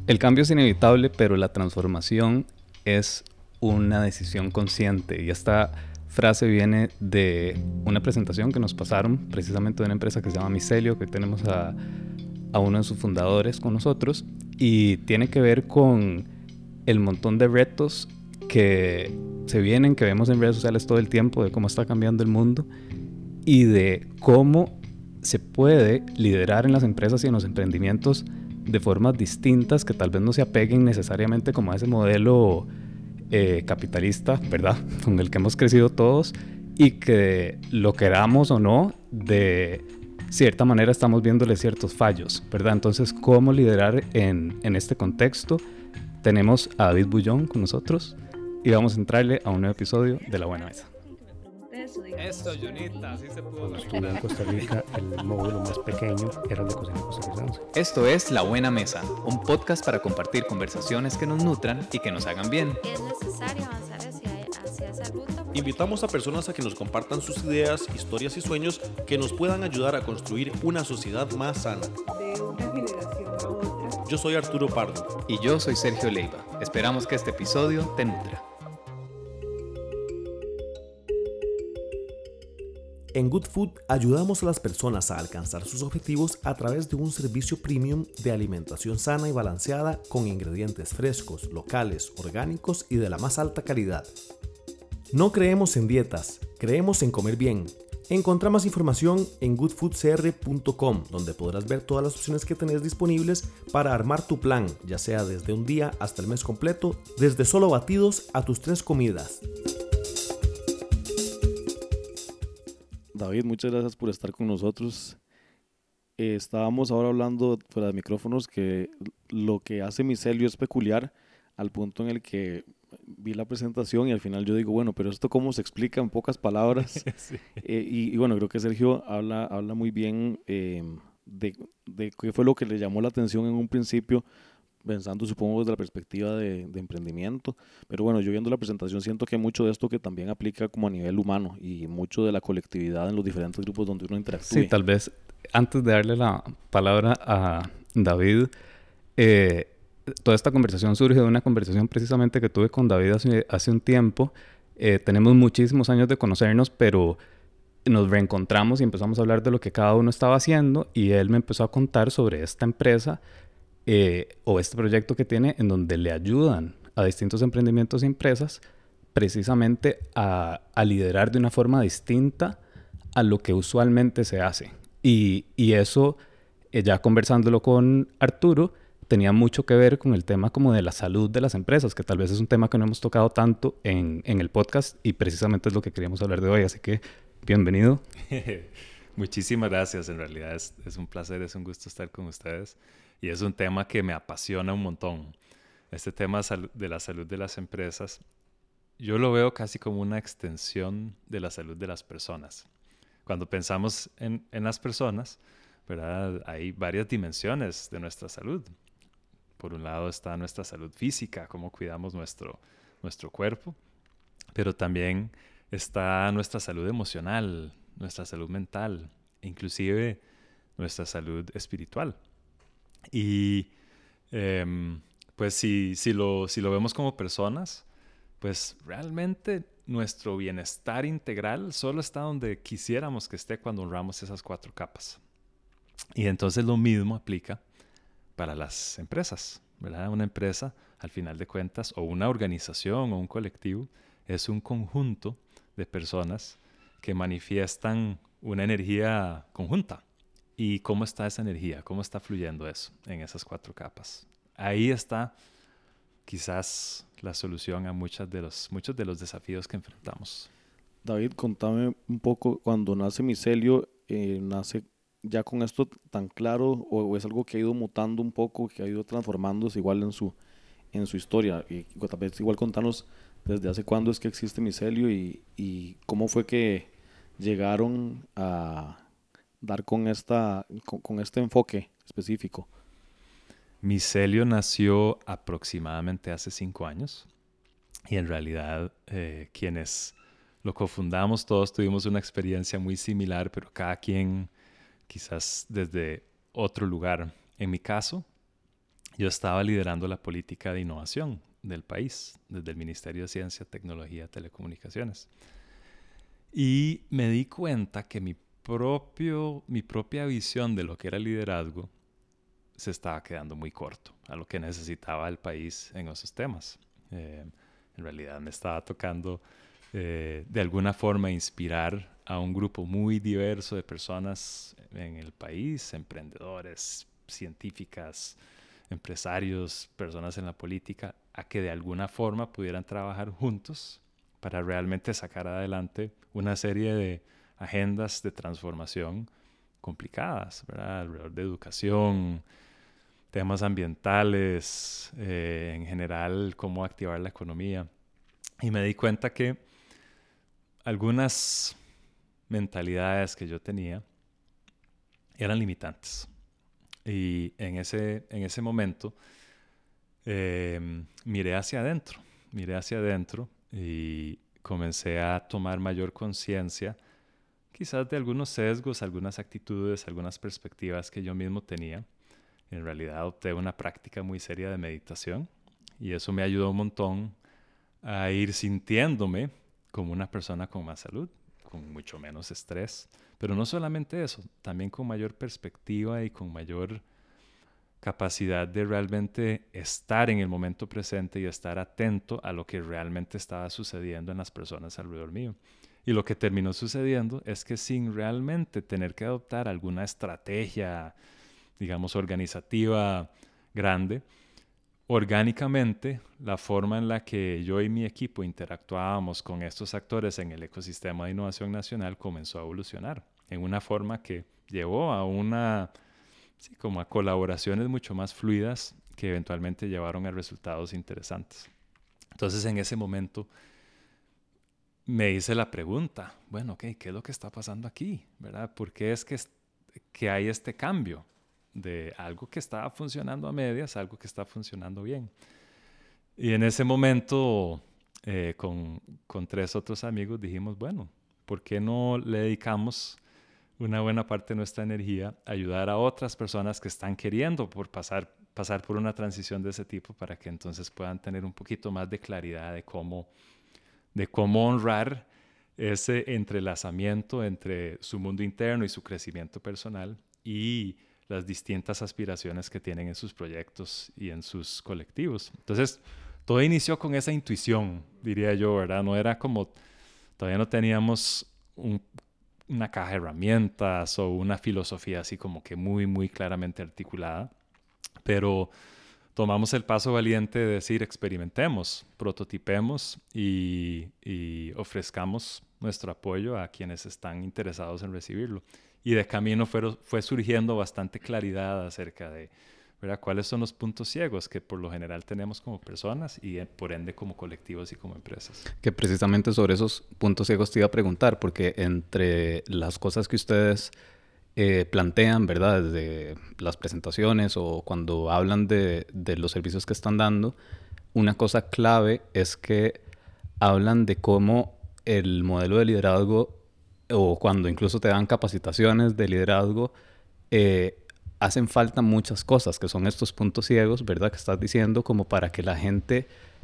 El cambio es inevitable, pero la transformación es una decisión consciente. Y esta frase viene de una presentación que nos pasaron precisamente de una empresa que se llama Micelio, que tenemos a uno de sus fundadores con nosotros, y tiene que ver con el montón de retos que se vienen, que vemos en redes sociales todo el tiempo, de cómo está cambiando el mundo y de cómo se puede liderar en las empresas y en los emprendimientos de formas distintas que tal vez no se apeguen necesariamente como a ese modelo capitalista, ¿verdad? Con el que hemos crecido todos, y que lo queramos o no, de cierta manera estamos viéndole ciertos fallos, ¿verdad? Entonces, ¿cómo liderar en este contexto? Tenemos a David Bullón con nosotros y vamos a entrarle a un nuevo episodio de La Buena Mesa. Eso, Junita, así se pudo. Cuando estuve en Costa Rica, el módulo más pequeño era el de cocina costarricense. Esto es La Buena Mesa, un podcast para compartir conversaciones que nos nutran y que nos hagan bien. Es necesario avanzar hacia esa ruta. Invitamos a personas a que nos compartan sus ideas, historias y sueños que nos puedan ayudar a construir una sociedad más sana. De una generación a otra. Yo soy Arturo Pardo. Y yo soy Sergio Leiva. Esperamos que este episodio te nutra. En Good Food ayudamos a las personas a alcanzar sus objetivos a través de un servicio premium de alimentación sana y balanceada con ingredientes frescos, locales, orgánicos y de la más alta calidad. No creemos en dietas, creemos en comer bien. Encontrá más información en goodfoodcr.com, donde podrás ver todas las opciones que tenés disponibles para armar tu plan, ya sea desde un día hasta el mes completo, desde solo batidos a tus 3 comidas. David, muchas gracias por estar con nosotros. Estábamos ahora hablando fuera de micrófonos que lo que hace Micelio es peculiar al punto en el que vi la presentación y al final yo digo, bueno, pero esto cómo se explica en pocas palabras. Sí. Y bueno, creo que Sergio habla muy bien de qué fue lo que le llamó la atención en un principio, pensando supongo desde la perspectiva de emprendimiento, pero bueno, yo viendo la presentación siento que hay mucho de esto que también aplica como a nivel humano y mucho de la colectividad en los diferentes grupos donde uno interactúa. Sí, tal vez antes de darle la palabra a David, toda esta conversación surge de una conversación precisamente que tuve con David hace un tiempo. Tenemos muchísimos años de conocernos, pero nos reencontramos y empezamos a hablar de lo que cada uno estaba haciendo, y él me empezó a contar sobre esta empresa o este proyecto que tiene, en donde le ayudan a distintos emprendimientos y empresas precisamente a liderar de una forma distinta a lo que usualmente se hace. Y eso, ya conversándolo con Arturo, tenía mucho que ver con el tema como de la salud de las empresas, que tal vez es un tema que no hemos tocado tanto en el podcast, y precisamente es lo que queríamos hablar de hoy. Así que, bienvenido. Muchísimas gracias. En realidad es un placer, es un gusto estar con ustedes. Y es un tema que me apasiona un montón. Este tema de la salud de las empresas, yo lo veo casi como una extensión de la salud de las personas. Cuando pensamos en las personas, ¿verdad? Hay varias dimensiones de nuestra salud. Por un lado está nuestra salud física, cómo cuidamos nuestro cuerpo, pero también está nuestra salud emocional, nuestra salud mental, inclusive nuestra salud espiritual. Y pues si lo vemos como personas, pues realmente nuestro bienestar integral solo está donde quisiéramos que esté cuando honramos esas 4 capas. Y entonces lo mismo aplica para las empresas, ¿verdad? Una empresa, al final de cuentas, o una organización o un colectivo, es un conjunto de personas que manifiestan una energía conjunta. ¿Y cómo está esa energía? ¿Cómo está fluyendo eso en esas 4 capas? Ahí está quizás la solución a muchos de los desafíos que enfrentamos. David, contame un poco, cuando nace Micelio, ¿nace ya con esto tan claro o es algo que ha ido mutando un poco, que ha ido transformándose igual en su historia? Y tal vez igual contanos desde hace cuándo es que existe Micelio y cómo fue que llegaron a dar con este enfoque específico. Micelio nació aproximadamente hace 5 años y en realidad quienes lo cofundamos todos tuvimos una experiencia muy similar, pero cada quien quizás desde otro lugar. En mi caso, yo estaba liderando la política de innovación del país, desde el Ministerio de Ciencia, Tecnología, Telecomunicaciones. Y me di cuenta que mi propia visión de lo que era liderazgo se estaba quedando muy corto a lo que necesitaba el país en esos temas. En realidad me estaba tocando de alguna forma inspirar a un grupo muy diverso de personas en el país, emprendedores, científicas, empresarios, personas en la política, a que de alguna forma pudieran trabajar juntos para realmente sacar adelante una serie de agendas de transformación complicadas, ¿verdad? Alrededor de educación, temas ambientales, en general, cómo activar la economía. Y me di cuenta que algunas mentalidades que yo tenía eran limitantes. Y en ese momento miré hacia adentro y comencé a tomar mayor conciencia, quizás de algunos sesgos, algunas actitudes, algunas perspectivas que yo mismo tenía. En realidad adopté una práctica muy seria de meditación y eso me ayudó un montón a ir sintiéndome como una persona con más salud, con mucho menos estrés. Pero no solamente eso, también con mayor perspectiva y con mayor capacidad de realmente estar en el momento presente y estar atento a lo que realmente estaba sucediendo en las personas alrededor mío. Y lo que terminó sucediendo es que sin realmente tener que adoptar alguna estrategia, digamos, organizativa grande, orgánicamente, la forma en la que yo y mi equipo interactuábamos con estos actores en el ecosistema de innovación nacional comenzó a evolucionar en una forma que llevó a como a colaboraciones mucho más fluidas que eventualmente llevaron a resultados interesantes. Entonces, en ese momento me hice la pregunta, bueno, ¿qué es lo que está pasando aquí? ¿Verdad? ¿Por qué es que hay este cambio de algo que estaba funcionando a medias a algo que está funcionando bien? Y en ese momento, con 3 otros amigos, dijimos, bueno, ¿por qué no le dedicamos una buena parte de nuestra energía a ayudar a otras personas que están queriendo pasar por una transición de ese tipo para que entonces puedan tener un poquito más de claridad de cómo honrar ese entrelazamiento entre su mundo interno y su crecimiento personal y las distintas aspiraciones que tienen en sus proyectos y en sus colectivos? Entonces, todo inició con esa intuición, diría yo, ¿verdad? No era como, todavía no teníamos una caja de herramientas o una filosofía así como que muy, muy claramente articulada, pero tomamos el paso valiente de decir, experimentemos, prototipemos y ofrezcamos nuestro apoyo a quienes están interesados en recibirlo. Y de camino fue surgiendo bastante claridad acerca de, ¿verdad?, cuáles son los puntos ciegos que por lo general tenemos como personas y por ende como colectivos y como empresas. Que precisamente sobre esos puntos ciegos te iba a preguntar, porque entre las cosas que ustedes plantean, ¿verdad?, desde las presentaciones o cuando hablan de los servicios que están dando, una cosa clave es que hablan de cómo el modelo de liderazgo, o cuando incluso te dan capacitaciones de liderazgo, hacen falta muchas cosas, que son estos puntos ciegos, ¿verdad?, que estás diciendo, como para que la gente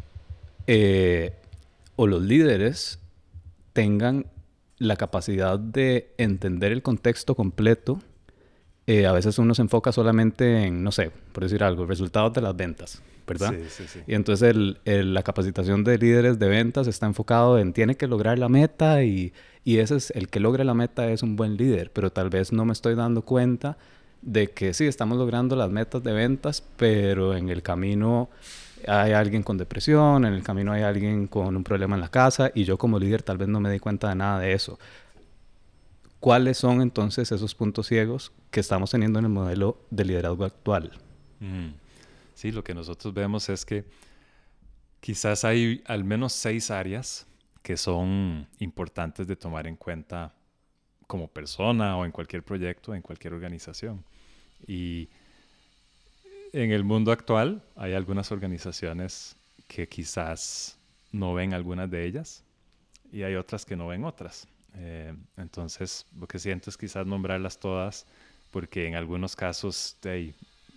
o los líderes tengan la capacidad de entender el contexto completo. A veces uno se enfoca solamente en, no sé, por decir algo, resultados de las ventas, ¿verdad? Sí. Y entonces la capacitación de líderes de ventas está enfocado en tiene que lograr la meta y ese es el que logre la meta es un buen líder, pero tal vez no me estoy dando cuenta de que sí, estamos logrando las metas de ventas, pero en el camino hay alguien con depresión, en el camino hay alguien con un problema en la casa y yo como líder tal vez no me di cuenta de nada de eso. ¿Cuáles son entonces esos puntos ciegos que estamos teniendo en el modelo de liderazgo actual? Sí, lo que nosotros vemos es que quizás hay al menos 6 áreas que son importantes de tomar en cuenta como persona o en cualquier proyecto, en cualquier organización. Y en el mundo actual hay algunas organizaciones que quizás no ven algunas de ellas y hay otras que no ven otras. Entonces, lo que siento es quizás nombrarlas todas porque en algunos casos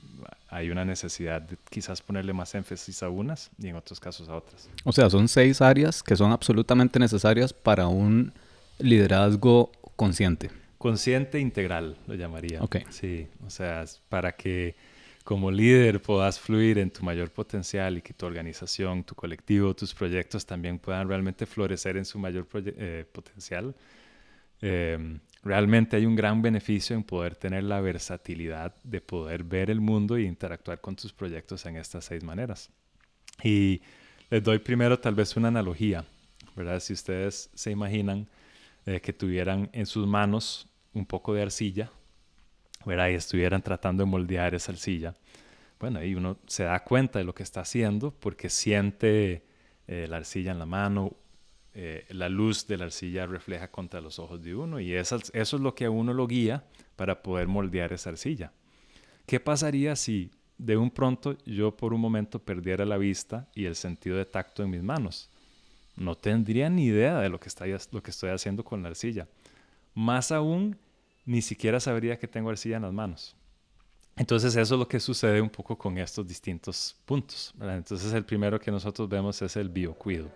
hay una necesidad de quizás ponerle más énfasis a unas y en otros casos a otras. O sea, son 6 áreas que son absolutamente necesarias para un liderazgo consciente. Consciente integral, lo llamaría. Ok. Sí, o sea, es para que como líder puedas fluir en tu mayor potencial y que tu organización, tu colectivo, tus proyectos también puedan realmente florecer en su mayor potencial. Realmente hay un gran beneficio en poder tener la versatilidad de poder ver el mundo e interactuar con tus proyectos en estas 6 maneras. Y les doy primero tal vez una analogía, ¿verdad? Si ustedes se imaginan que tuvieran en sus manos un poco de arcilla, ¿verdad? Y estuvieran tratando de moldear esa arcilla. Bueno, ahí uno se da cuenta de lo que está haciendo porque siente la arcilla en la mano, la luz de la arcilla refleja contra los ojos de uno y eso es lo que a uno lo guía para poder moldear esa arcilla. ¿Qué pasaría si de un pronto yo por un momento perdiera la vista y el sentido de tacto en mis manos? No tendría ni idea de lo que estoy haciendo con la arcilla. Más aún, ni siquiera sabría que tengo arcilla en las manos. Entonces eso es lo que sucede un poco con estos distintos puntos, ¿verdad? Entonces el primero que nosotros vemos es el biocuido.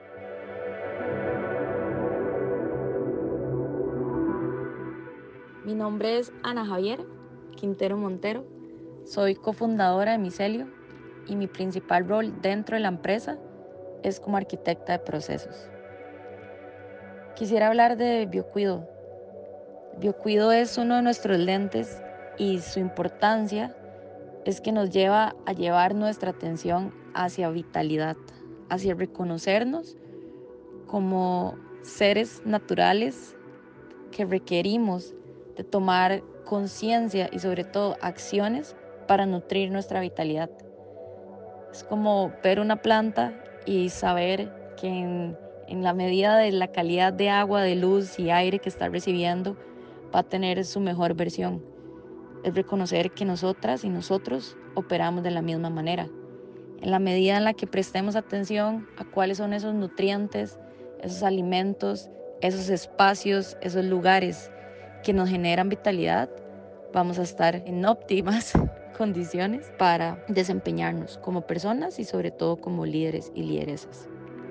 Mi nombre es Ana Javiera Quintero Montero. Soy cofundadora de Micelio y mi principal rol dentro de la empresa es como arquitecta de procesos. Quisiera hablar de biocuido. Biocuido es uno de nuestros lentes y su importancia es que nos lleva a llevar nuestra atención hacia vitalidad, hacia reconocernos como seres naturales que requerimos de tomar conciencia y sobre todo acciones para nutrir nuestra vitalidad. Es como ver una planta y saber que en la medida de la calidad de agua, de luz y aire que está recibiendo, va a tener su mejor versión. Es reconocer que nosotras y nosotros operamos de la misma manera. En la medida en la que prestemos atención a cuáles son esos nutrientes, esos alimentos, esos espacios, esos lugares que nos generan vitalidad, vamos a estar en óptimas condiciones para desempeñarnos como personas y sobre todo como líderes y lideresas.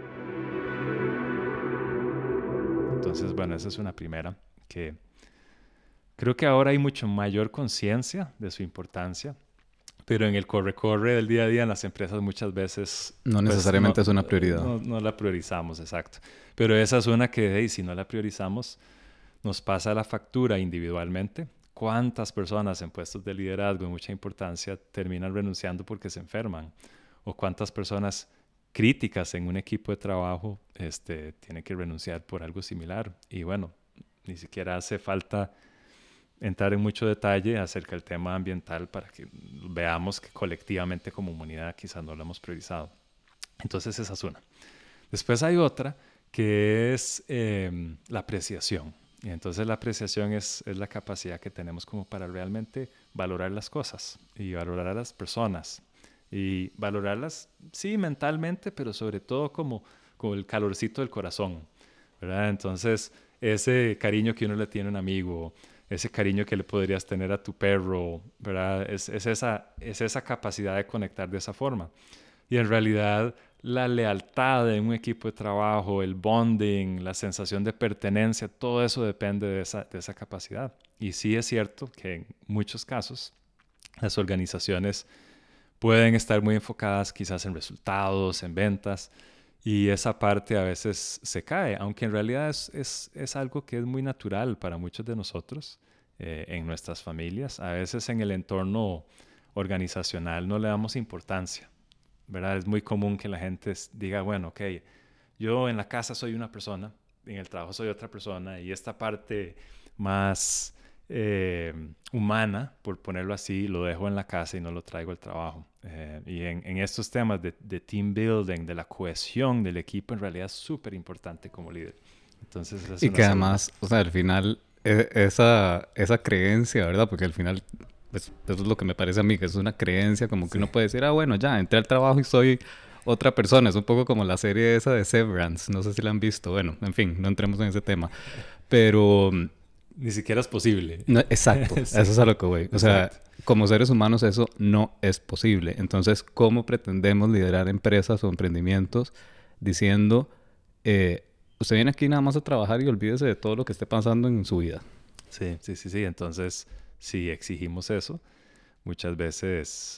Entonces, bueno, esa es una primera que creo que ahora hay mucho mayor conciencia de su importancia, pero en el corre-corre del día a día en las empresas muchas veces... No necesariamente es una prioridad. No la priorizamos, exacto. Pero esa es una que, hey, si no la priorizamos, nos pasa la factura individualmente. ¿Cuántas personas en puestos de liderazgo de mucha importancia terminan renunciando porque se enferman? ¿O cuántas personas críticas en un equipo de trabajo tienen que renunciar por algo similar? Y bueno, ni siquiera hace falta entrar en mucho detalle acerca del tema ambiental para que veamos que colectivamente como humanidad quizás no lo hemos priorizado. Entonces esa es una. Después hay otra que es la apreciación. Y entonces la apreciación es la capacidad que tenemos como para realmente valorar las cosas y valorar a las personas. Y valorarlas, sí, mentalmente, pero sobre todo como el calorcito del corazón, ¿verdad? Entonces, ese cariño que uno le tiene a un amigo, ese cariño que le podrías tener a tu perro, ¿verdad? Es esa capacidad de conectar de esa forma. Y en realidad, la lealtad de un equipo de trabajo, el bonding, la sensación de pertenencia, todo eso depende de esa capacidad. Y sí es cierto que en muchos casos las organizaciones pueden estar muy enfocadas quizás en resultados, en ventas, y esa parte a veces se cae, aunque en realidad es algo que es muy natural para muchos de nosotros en nuestras familias. A veces en el entorno organizacional no le damos importancia, ¿verdad? Es muy común que la gente diga, bueno, ok, yo en la casa soy una persona, en el trabajo soy otra persona, y esta parte más humana, por ponerlo así, lo dejo en la casa y no lo traigo al trabajo. Y en estos temas de team building, de la cohesión del equipo, en realidad es súper importante como líder. Entonces, y que además, o sea, al final, esa creencia, ¿verdad? Porque al final, pues, eso es lo que me parece a mí, que es una creencia como que uno puede decir, bueno, ya, entré al trabajo y soy otra persona. Es un poco como la serie esa de Severance, no sé si la han visto. Bueno, en fin, no entremos en ese tema. Pero ni siquiera es posible. No, exacto, Sí. eso es a lo que voy. O sea, Exacto. como seres humanos eso no es posible. Entonces, ¿cómo pretendemos liderar empresas o emprendimientos diciendo, usted viene aquí nada más a trabajar y olvídese de todo lo que esté pasando en su vida? Sí. Entonces, si exigimos eso, muchas veces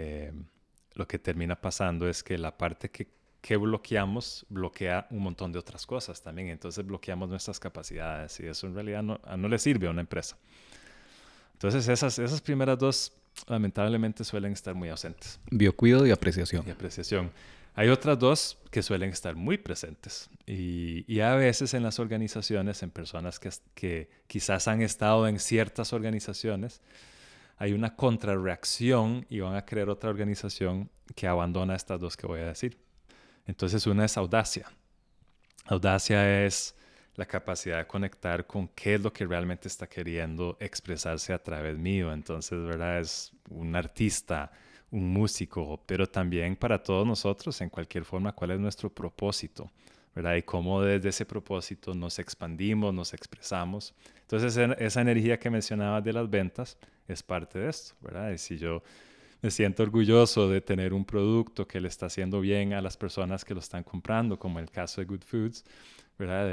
lo que termina pasando es que la parte que bloqueamos bloquea un montón de otras cosas también. Entonces bloqueamos nuestras capacidades y eso en realidad no le sirve a una empresa. Entonces esas primeras dos lamentablemente suelen estar muy ausentes. Biocuido y apreciación. Y apreciación. Hay otras dos que suelen estar muy presentes y a veces en las organizaciones, en personas que quizás han estado en ciertas organizaciones, hay una contrarreacción y van a crear otra organización que abandona estas dos que voy a decir. Entonces una es audacia. Audacia es la capacidad de conectar con qué es lo que realmente está queriendo expresarse a través mío. Entonces, ¿verdad? Es un artista, un músico, pero también para todos nosotros, en cualquier forma, cuál es nuestro propósito, ¿verdad? Y cómo desde ese propósito nos expandimos, nos expresamos. Entonces, esa energía que mencionabas de las ventas es parte de esto, ¿verdad? Y si yo me siento orgulloso de tener un producto que le está haciendo bien a las personas que lo están comprando, como el caso de Good Foods, ¿verdad?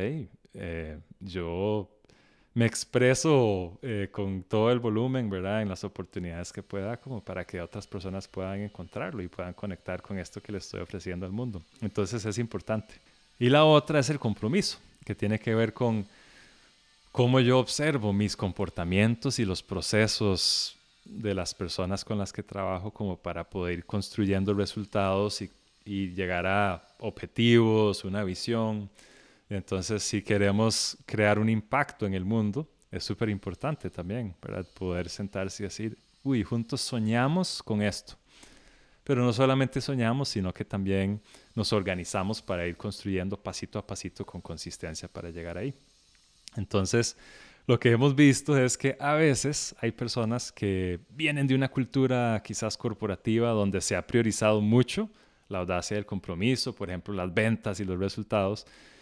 Yo me expreso con todo el volumen, ¿verdad? En las oportunidades que pueda, como para que otras personas puedan encontrarlo y puedan conectar con esto que le estoy ofreciendo al mundo. Entonces es importante. Y la otra es el compromiso, que tiene que ver con cómo yo observo mis comportamientos y los procesos de las personas con las que trabajo como para poder ir construyendo resultados y llegar a objetivos, una visión. Entonces, si queremos crear un impacto en el mundo, es súper importante también, ¿verdad? Poder sentarse y decir, uy, juntos soñamos con esto. Pero no solamente soñamos, sino que también nos organizamos para ir construyendo pasito a pasito con consistencia para llegar ahí. Entonces, lo que hemos visto es que a veces hay personas que vienen de una cultura quizás corporativa donde se ha priorizado mucho la audacia y el compromiso, por ejemplo, las ventas y los resultados,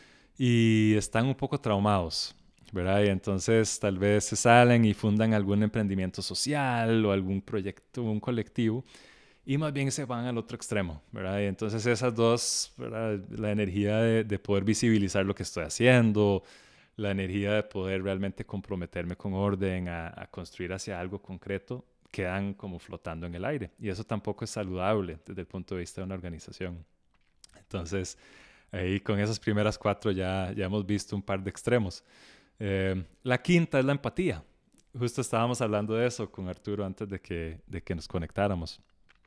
y están un poco traumados, ¿verdad? Y entonces tal vez se salen y fundan algún emprendimiento social o algún proyecto, un colectivo, y más bien se van al otro extremo, ¿verdad? Y entonces esas dos, ¿verdad? La energía de poder visibilizar lo que estoy haciendo, la energía de poder realmente comprometerme con orden a construir hacia algo concreto, quedan como flotando en el aire. Y eso tampoco es saludable desde el punto de vista de una organización. Entonces, ahí con esas primeras 4 ya hemos visto un par de extremos. La quinta es la empatía. Justo estábamos hablando de eso con Arturo antes de que nos conectáramos.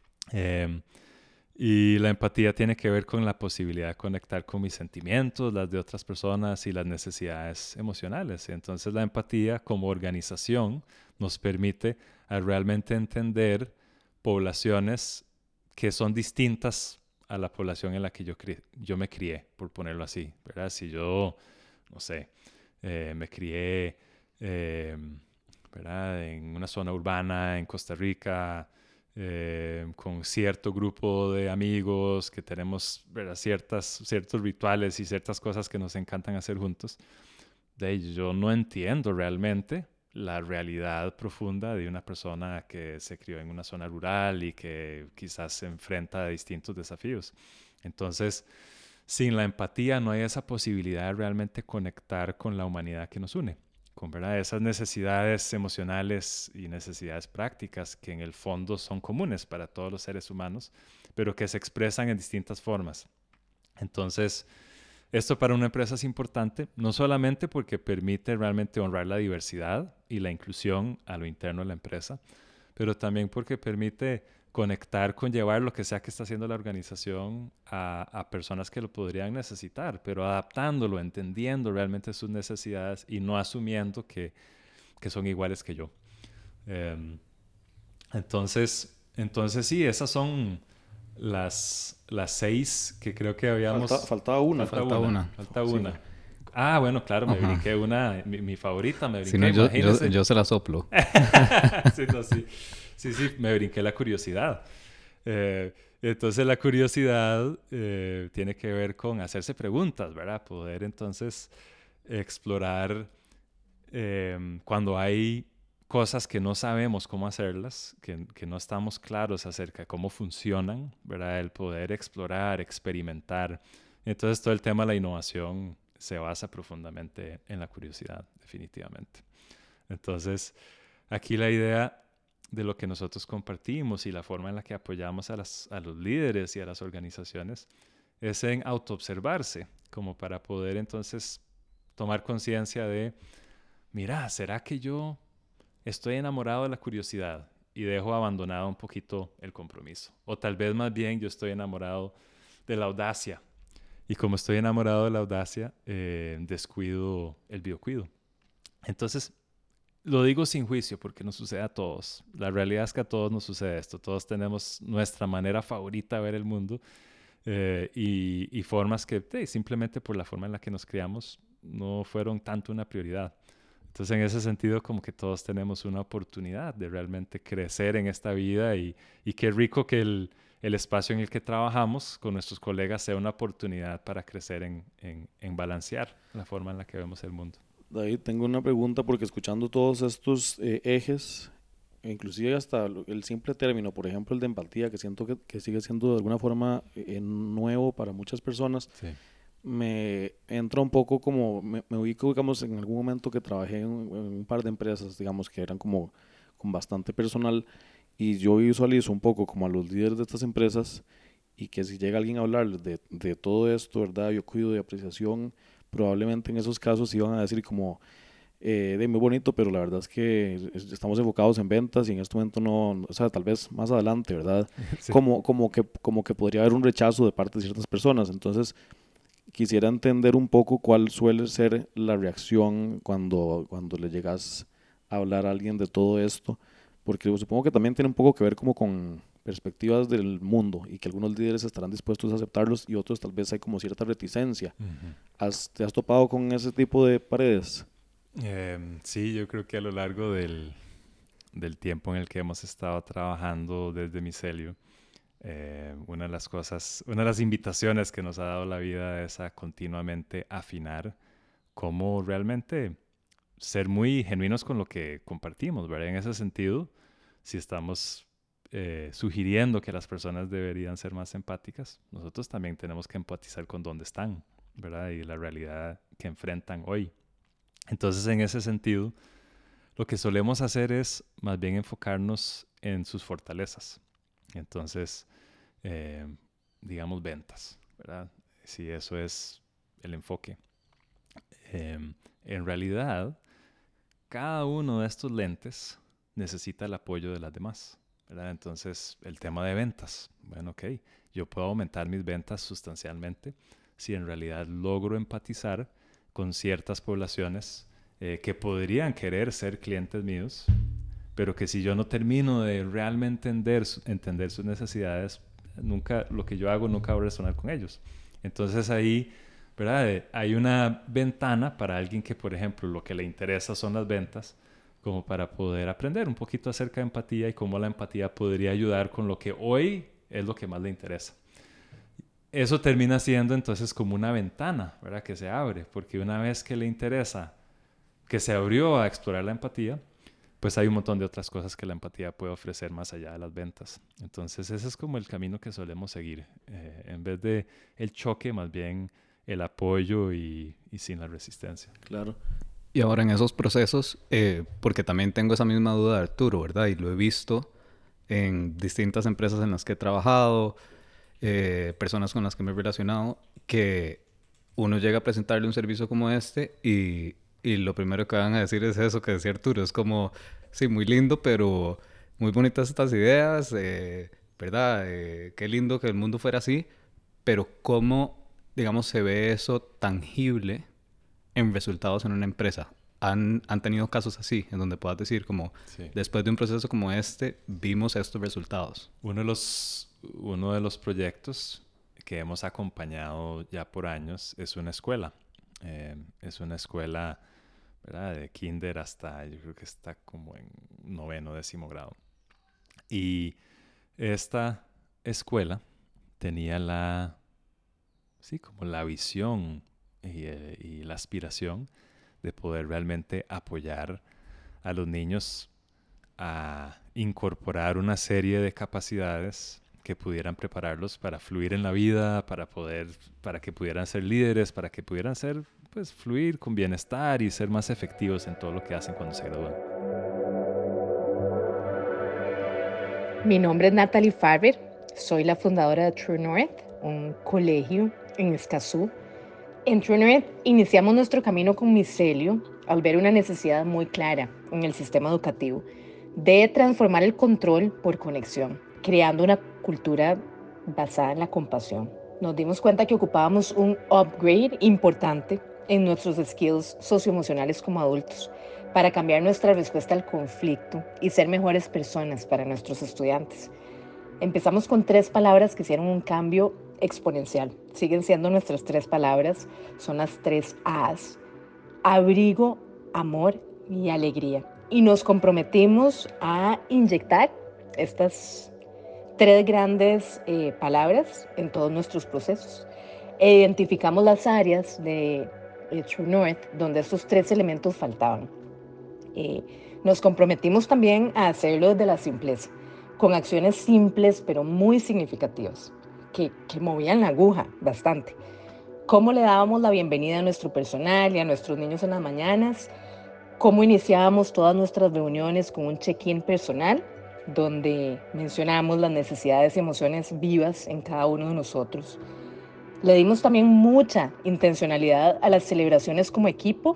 Y la empatía tiene que ver con la posibilidad de conectar con mis sentimientos, las de otras personas y las necesidades emocionales. Entonces la empatía como organización nos permite a realmente entender poblaciones que son distintas a la población en la que yo me crié, por ponerlo así, ¿verdad? Si yo, no sé, me crié, ¿verdad? En una zona urbana en Costa Rica, con cierto grupo de amigos que tenemos, ¿verdad? Ciertos rituales y ciertas cosas que nos encantan hacer juntos. Yo no entiendo realmente la realidad profunda de una persona que se crió en una zona rural y que quizás se enfrenta a distintos desafíos. Entonces, sin la empatía no hay esa posibilidad de realmente conectar con la humanidad que nos une, con, ¿verdad? Esas necesidades emocionales y necesidades prácticas que en el fondo son comunes para todos los seres humanos, pero que se expresan en distintas formas. Entonces, esto para una empresa es importante, no solamente porque permite realmente honrar la diversidad y la inclusión a lo interno de la empresa, pero también porque permite conectar con llevar lo que sea que está haciendo la organización a personas que lo podrían necesitar, pero adaptándolo, entendiendo realmente sus necesidades y no asumiendo que son iguales que yo. Entonces sí, esas son las 6 que creo que habíamos... Faltaba una. Falta una. Sí. Ah, bueno, claro, me brinqué una, mi favorita, me brinqué, Si no, yo se la soplo. Sí, me brinqué la curiosidad. Entonces la curiosidad tiene que ver con hacerse preguntas, ¿verdad? Poder entonces explorar cuando hay cosas que no sabemos cómo hacerlas, que no estamos claros acerca de cómo funcionan, ¿verdad? El poder explorar, experimentar. Entonces todo el tema de la innovación se basa profundamente en la curiosidad, definitivamente. Entonces aquí la idea de lo que nosotros compartimos y la forma en la que apoyamos a los líderes y a las organizaciones es en autoobservarse, como para poder entonces tomar conciencia de, mira, ¿será que yo estoy enamorado de la curiosidad y dejo abandonado un poquito el compromiso? O tal vez más bien yo estoy enamorado de la audacia. Y como estoy enamorado de la audacia, descuido el biocuido. Entonces, lo digo sin juicio porque nos sucede a todos. La realidad es que a todos nos sucede esto. Todos tenemos nuestra manera favorita de ver el mundo y formas que simplemente por la forma en la que nos criamos no fueron tanto una prioridad. Entonces, en ese sentido, como que todos tenemos una oportunidad de realmente crecer en esta vida y qué rico que el espacio en el que trabajamos con nuestros colegas sea una oportunidad para crecer en balancear la forma en la que vemos el mundo. David, tengo una pregunta porque escuchando todos estos ejes, inclusive hasta el simple término, por ejemplo, el de empatía, que siento que sigue siendo de alguna forma nuevo para muchas personas, Sí. me entra un poco como, me ubico, digamos, en algún momento que trabajé en un par de empresas, digamos, que eran como con bastante personal, y yo visualizo un poco como a los líderes de estas empresas, y que si llega alguien a hablar de todo esto, ¿verdad? Yo cuido de apreciación, probablemente en esos casos iban a decir como, de muy bonito, pero la verdad es que estamos enfocados en ventas y en este momento no, o sea, tal vez más adelante, ¿verdad? Sí. Como que podría haber un rechazo de parte de ciertas personas. Entonces, quisiera entender un poco cuál suele ser la reacción cuando le llegas a hablar a alguien de todo esto, porque supongo que también tiene un poco que ver como con perspectivas del mundo y que algunos líderes estarán dispuestos a aceptarlos y otros tal vez hay como cierta reticencia. Uh-huh. ¿Te has topado con ese tipo de paredes? Sí, yo creo que a lo largo del tiempo en el que hemos estado trabajando desde Micelio, una de las invitaciones que nos ha dado la vida es a continuamente afinar cómo realmente ser muy genuinos con lo que compartimos, ¿verdad? En ese sentido, si estamos sugiriendo que las personas deberían ser más empáticas, nosotros también tenemos que empatizar con dónde están, ¿verdad? Y la realidad que enfrentan hoy. Entonces, en ese sentido, lo que solemos hacer es más bien enfocarnos en sus fortalezas. Entonces, digamos ventas, ¿verdad? Si eso es el enfoque. En realidad, cada uno de estos lentes necesita el apoyo de las demás, ¿verdad? Entonces, el tema de ventas. Bueno, ok, yo puedo aumentar mis ventas sustancialmente si en realidad logro empatizar con ciertas poblaciones que podrían querer ser clientes míos, pero que si yo no termino de realmente entender sus necesidades, lo que yo hago nunca va a resonar con ellos. Entonces ahí, ¿verdad? Hay una ventana para alguien que, por ejemplo, lo que le interesa son las ventas, como para poder aprender un poquito acerca de empatía y cómo la empatía podría ayudar con lo que hoy es lo que más le interesa. Eso termina siendo entonces como una ventana, ¿verdad? Que se abre, porque una vez que le interesa, que se abrió a explorar la empatía, pues hay un montón de otras cosas que la empatía puede ofrecer más allá de las ventas. Entonces ese es como el camino que solemos seguir. En vez de el choque, más bien el apoyo y sin la resistencia. Claro. Y ahora en esos procesos, porque también tengo esa misma duda de Arturo, ¿verdad? Y lo he visto en distintas empresas en las que he trabajado, personas con las que me he relacionado, que uno llega a presentarle un servicio como este y lo primero que van a decir es eso que decía Arturo. Es como, sí, muy lindo, pero muy bonitas estas ideas, ¿verdad? Qué lindo que el mundo fuera así, pero ¿cómo, digamos, se ve eso tangible en resultados en una empresa? ¿Han tenido casos así, en donde puedas decir como, Sí. Después de un proceso como este, vimos estos resultados? Uno de los proyectos que hemos acompañado ya por años es una escuela. Es una escuela, ¿verdad? De kinder hasta, yo creo que está como en 9º, 10º grado. Y esta escuela tenía como la visión y la aspiración de poder realmente apoyar a los niños a incorporar una serie de capacidades que pudieran prepararlos para fluir en la vida, para que pudieran ser líderes, para que pudieran ser, pues, fluir con bienestar y ser más efectivos en todo lo que hacen cuando se gradúan. Mi nombre es Natalie Farber, soy la fundadora de True North, un colegio en Escazú. En True North iniciamos nuestro camino con micelio al ver una necesidad muy clara en el sistema educativo de transformar el control por conexión, creando una cultura basada en la compasión. Nos dimos cuenta que ocupábamos un upgrade importante en nuestros skills socioemocionales como adultos para cambiar nuestra respuesta al conflicto y ser mejores personas para nuestros estudiantes. Empezamos con 3 palabras que hicieron un cambio exponencial. Siguen siendo nuestras 3 palabras, son las 3 A's: abrigo, amor y alegría. Y nos comprometimos a inyectar estas 3 grandes palabras en todos nuestros procesos. Identificamos las áreas de True North donde estos 3 elementos faltaban. Nos comprometimos también a hacerlo desde la simpleza, con acciones simples pero muy significativas, que movían la aguja bastante. Cómo le dábamos la bienvenida a nuestro personal y a nuestros niños en las mañanas, cómo iniciábamos todas nuestras reuniones con un check-in personal, donde mencionamos las necesidades y emociones vivas en cada uno de nosotros. Le dimos también mucha intencionalidad a las celebraciones como equipo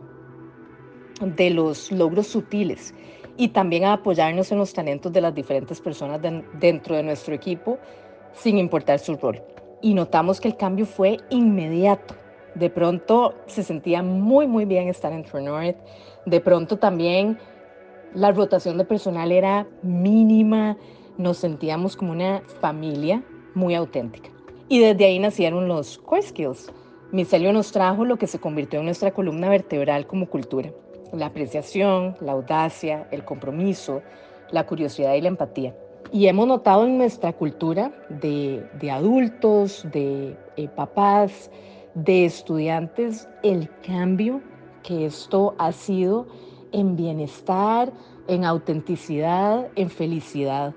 de los logros sutiles y también a apoyarnos en los talentos de las diferentes personas dentro de nuestro equipo, sin importar su rol. Y notamos que el cambio fue inmediato. De pronto se sentía muy, muy bien estar en True North. De pronto también la rotación de personal era mínima. Nos sentíamos como una familia muy auténtica. Y desde ahí nacieron los Core Skills. Micelio nos trajo lo que se convirtió en nuestra columna vertebral como cultura: la apreciación, la audacia, el compromiso, la curiosidad y la empatía. Y hemos notado en nuestra cultura de adultos, de papás, de estudiantes, el cambio que esto ha sido en bienestar, en autenticidad, en felicidad.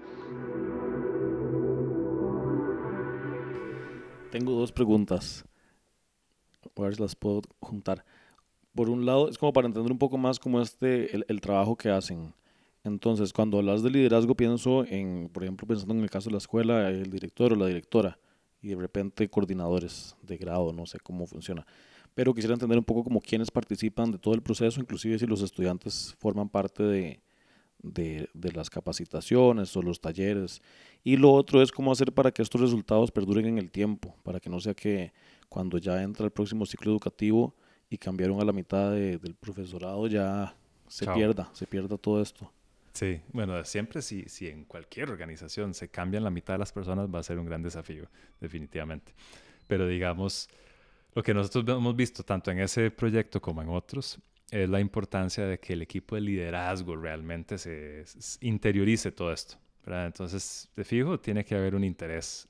Tengo 2 preguntas. A ver si las puedo juntar. Por un lado, es como para entender un poco más cómo el trabajo que hacen. Entonces, cuando hablas de liderazgo, pienso en, por ejemplo, pensando en el caso de la escuela, el director o la directora, y de repente coordinadores de grado, no sé cómo funciona. Pero quisiera entender un poco como quiénes participan de todo el proceso, inclusive si los estudiantes forman parte de las capacitaciones o los talleres. Y lo otro es cómo hacer para que estos resultados perduren en el tiempo, para que no sea que cuando ya entra el próximo ciclo educativo y cambiaron a la mitad del profesorado, ya se pierda todo esto. Sí, bueno, siempre si en cualquier organización se cambian la mitad de las personas va a ser un gran desafío, definitivamente. Pero digamos, lo que nosotros hemos visto tanto en ese proyecto como en otros es la importancia de que el equipo de liderazgo realmente se interiorice todo esto, ¿verdad? Entonces, de fijo, tiene que haber un interés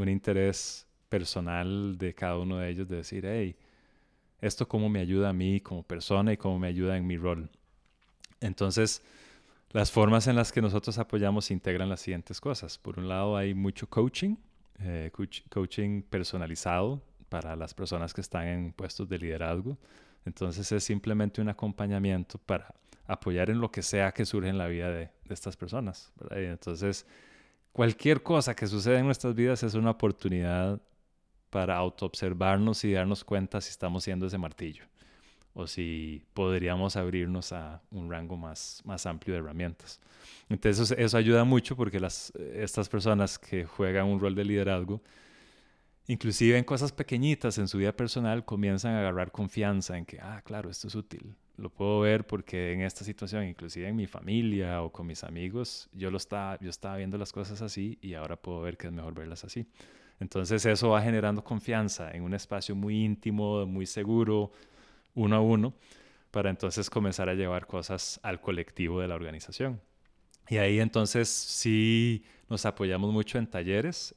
personal de cada uno de ellos de decir, hey, esto cómo me ayuda a mí como persona y cómo me ayuda en mi rol. Entonces, las formas en las que nosotros apoyamos integran las siguientes cosas. Por un lado, hay mucho coaching personalizado para las personas que están en puestos de liderazgo. Entonces, es simplemente un acompañamiento para apoyar en lo que sea que surge en la vida de estas personas, ¿verdad? Y entonces, cualquier cosa que suceda en nuestras vidas es una oportunidad para autoobservarnos y darnos cuenta si estamos siendo ese martillo o si podríamos abrirnos a un rango más amplio de herramientas. Entonces eso ayuda mucho porque estas personas que juegan un rol de liderazgo, inclusive en cosas pequeñitas en su vida personal, comienzan a agarrar confianza en que, claro, esto es útil. Lo puedo ver porque en esta situación, inclusive en mi familia o con mis amigos, yo estaba viendo las cosas así y ahora puedo ver que es mejor verlas así. Entonces eso va generando confianza en un espacio muy íntimo, muy seguro, uno a uno, para entonces comenzar a llevar cosas al colectivo de la organización. Y ahí entonces sí nos apoyamos mucho en talleres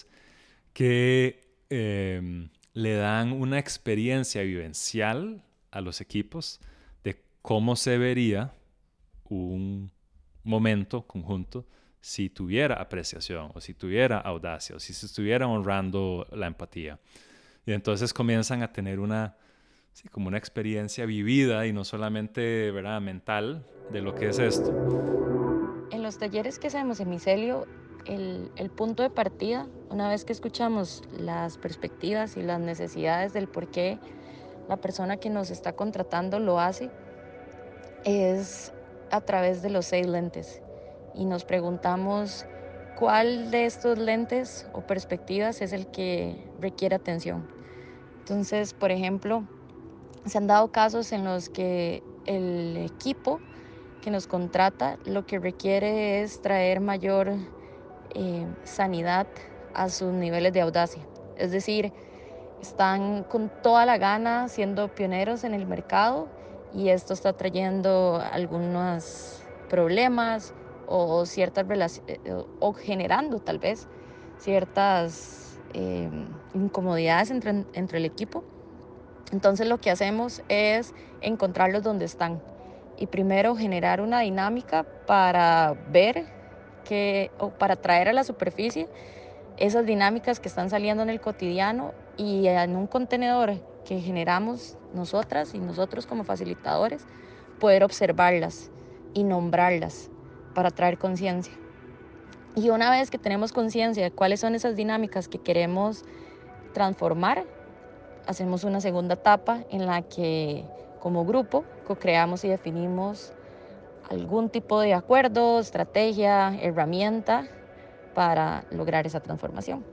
que le dan una experiencia vivencial a los equipos de cómo se vería un momento conjunto si tuviera apreciación o si tuviera audacia o si se estuviera honrando la empatía. Y entonces comienzan a tener como una experiencia vivida y no solamente, ¿verdad?, mental de lo que es esto. En los talleres que hacemos en Micelio, el punto de partida, una vez que escuchamos las perspectivas y las necesidades del por qué la persona que nos está contratando lo hace, es a través de los 6 lentes. Y nos preguntamos cuál de estos lentes o perspectivas es el que requiere atención. Entonces, por ejemplo, se han dado casos en los que el equipo que nos contrata lo que requiere es traer mayor sanidad a sus niveles de audacia. Es decir, están con toda la gana siendo pioneros en el mercado y esto está trayendo algunos problemas o ciertas o generando tal vez ciertas incomodidades entre el equipo. Entonces lo que hacemos es encontrarlos donde están y primero generar una dinámica para ver o para traer a la superficie esas dinámicas que están saliendo en el cotidiano y en un contenedor que generamos nosotras y nosotros como facilitadores, poder observarlas y nombrarlas para traer conciencia. Y una vez que tenemos conciencia de cuáles son esas dinámicas que queremos transformar, hacemos una segunda etapa en la que como grupo co-creamos y definimos algún tipo de acuerdo, estrategia, herramienta para lograr esa transformación.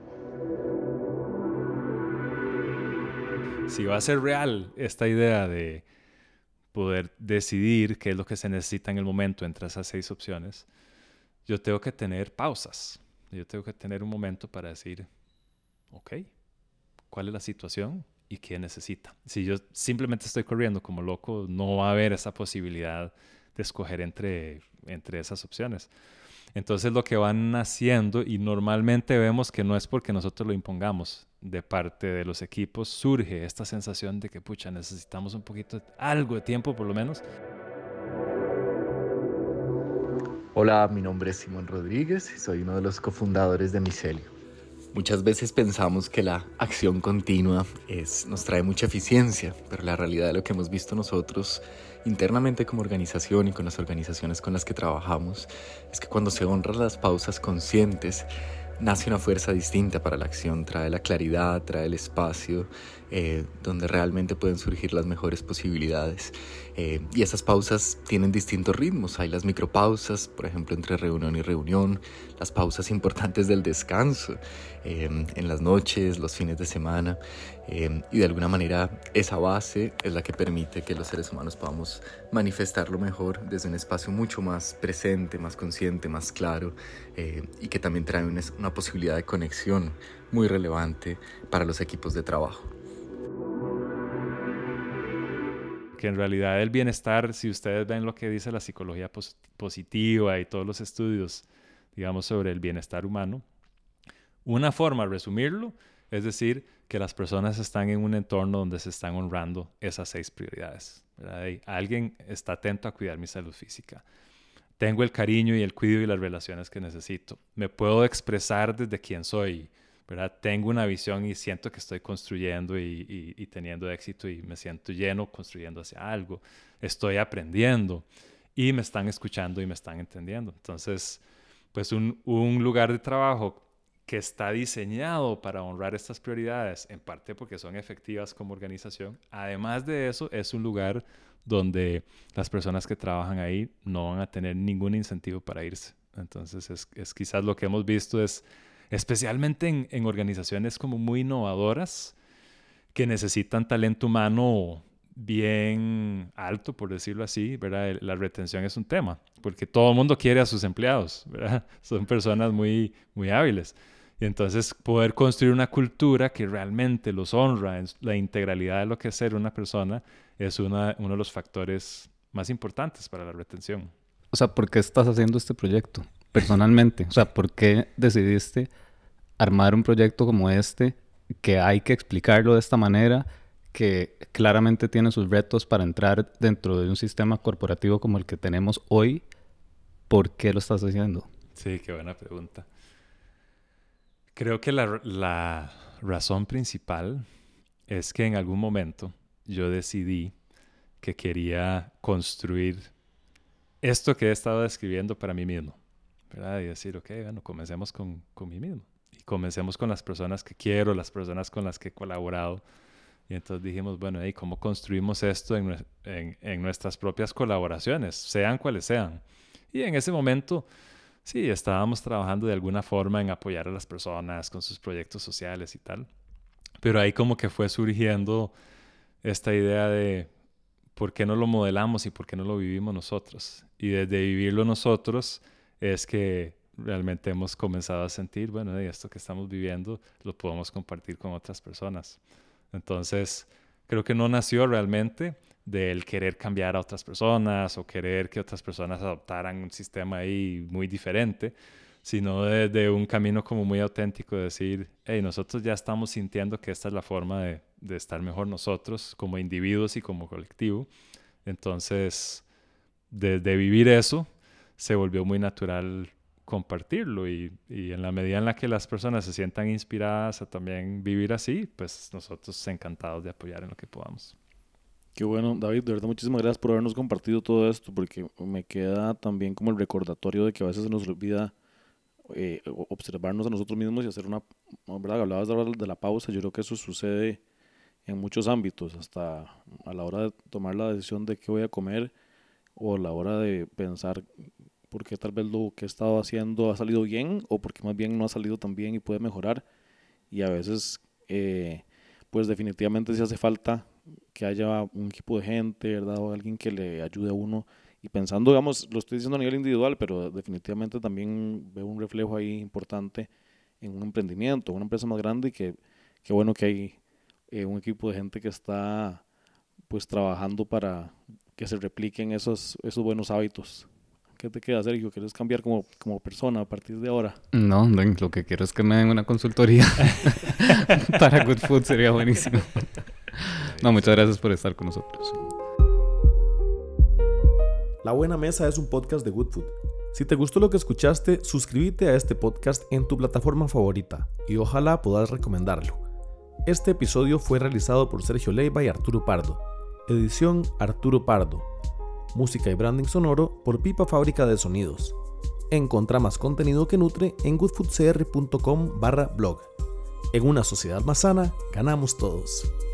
Si va a ser real esta idea de poder decidir qué es lo que se necesita en el momento entre esas 6 opciones, yo tengo que tener pausas. Yo tengo que tener un momento para decir, ok, ¿cuál es la situación y qué necesita? Si yo simplemente estoy corriendo como loco, no va a haber esa posibilidad de escoger entre esas opciones. Entonces lo que van haciendo, y normalmente vemos que no es porque nosotros lo impongamos, de parte de los equipos surge esta sensación de que, pucha, necesitamos un poquito, algo de tiempo por lo menos. Hola, mi nombre es Simón Rodríguez y soy uno de los cofundadores de Micelio. Muchas veces pensamos que la acción continua nos trae mucha eficiencia, pero la realidad de lo que hemos visto nosotros internamente como organización y con las organizaciones con las que trabajamos es que cuando se honran las pausas conscientes, nace una fuerza distinta para la acción, trae la claridad, trae el espacio donde realmente pueden surgir las mejores posibilidades. Y esas pausas tienen distintos ritmos. Hay las micropausas, por ejemplo, entre reunión y reunión, las pausas importantes del descanso, en las noches, los fines de semana. Y de alguna manera esa base es la que permite que los seres humanos podamos manifestarlo mejor desde un espacio mucho más presente, más consciente, más claro, y que también trae una posibilidad de conexión muy relevante para los equipos de trabajo. Que en realidad el bienestar, si ustedes ven lo que dice la psicología positiva y todos los estudios, digamos, sobre el bienestar humano, una forma de resumirlo es decir que las personas están en un entorno donde se están honrando esas 6 prioridades, ¿verdad? Alguien está atento a cuidar mi salud física. Tengo el cariño y el cuidado y las relaciones que necesito. Me puedo expresar desde quien soy, ¿verdad? Tengo una visión y siento que estoy construyendo y teniendo éxito y me siento lleno construyendo hacia algo. Estoy aprendiendo y me están escuchando y me están entendiendo. Entonces, pues un lugar de trabajo que está diseñado para honrar estas prioridades, en parte porque son efectivas como organización. Además de eso, es un lugar donde las personas que trabajan ahí no van a tener ningún incentivo para irse. Entonces, es quizás lo que hemos visto es especialmente en organizaciones como muy innovadoras que necesitan talento humano bien alto, por decirlo así, ¿verdad? La retención es un tema, porque todo el mundo quiere a sus empleados, ¿verdad? Son personas muy, muy hábiles. Y entonces poder construir una cultura que realmente los honra en la integralidad de lo que es ser una persona es uno de los factores más importantes para la retención. O sea, ¿por qué estás haciendo este proyecto personalmente? O sea, ¿por qué decidiste armar un proyecto como este, que hay que explicarlo de esta manera, que claramente tiene sus retos para entrar dentro de un sistema corporativo como el que tenemos hoy, ¿por qué lo estás haciendo? Sí, qué buena pregunta. Creo que la razón principal es que en algún momento yo decidí que quería construir esto que he estado describiendo para mí mismo, ¿verdad? Y decir, ok, bueno, comencemos con mí mismo. Y comencemos con las personas que quiero, las personas con las que he colaborado. Y entonces dijimos, bueno, ¿y cómo construimos esto en nuestras propias colaboraciones, sean cuales sean? Y en ese momento, sí, estábamos trabajando de alguna forma en apoyar a las personas con sus proyectos sociales y tal. Pero ahí como que fue surgiendo esta idea de por qué no lo modelamos y por qué no lo vivimos nosotros. Y desde vivirlo nosotros es que realmente hemos comenzado a sentir, bueno, esto que estamos viviendo lo podemos compartir con otras personas. Entonces, creo que no nació realmente del querer cambiar a otras personas o querer que otras personas adoptaran un sistema ahí muy diferente, sino de un camino como muy auténtico de decir, hey, nosotros ya estamos sintiendo que esta es la forma de estar mejor nosotros como individuos y como colectivo. Entonces, desde vivir eso, se volvió muy natural compartirlo y en la medida en la que las personas se sientan inspiradas a también vivir así, pues nosotros encantados de apoyar en lo que podamos. Qué bueno, David, de verdad muchísimas gracias por habernos compartido todo esto, porque me queda también como el recordatorio de que a veces se nos olvida observarnos a nosotros mismos y hacer una, ¿verdad? Hablabas de la pausa, yo creo que eso sucede en muchos ámbitos, hasta a la hora de tomar la decisión de qué voy a comer o a la hora de pensar por qué tal vez lo que he estado haciendo ha salido bien o porque más bien no ha salido tan bien y puede mejorar. Y a veces, pues definitivamente sí hace falta que haya un equipo de gente, ¿verdad? O alguien que le ayude a uno. Y pensando, digamos, lo estoy diciendo a nivel individual, pero definitivamente también veo un reflejo ahí importante en un emprendimiento, una empresa más grande y que bueno que hay un equipo de gente que está pues trabajando para que se repliquen esos buenos hábitos. ¿Qué te queda, Sergio? ¿Quieres cambiar como persona a partir de ahora? No, lo que quiero es que me den una consultoría para Good Food, sería buenísimo. No, muchas gracias por estar con nosotros. La Buena Mesa es un podcast de Good Food. Si te gustó lo que escuchaste, suscríbete a este podcast en tu plataforma favorita y ojalá puedas recomendarlo. Este episodio fue realizado por Sergio Leiva y Arturo Pardo. Edición Arturo Pardo. Música y branding sonoro por Pipa Fábrica de Sonidos. Encontrá más contenido que nutre en goodfoodcr.com/blog. En una sociedad más sana, ganamos todos.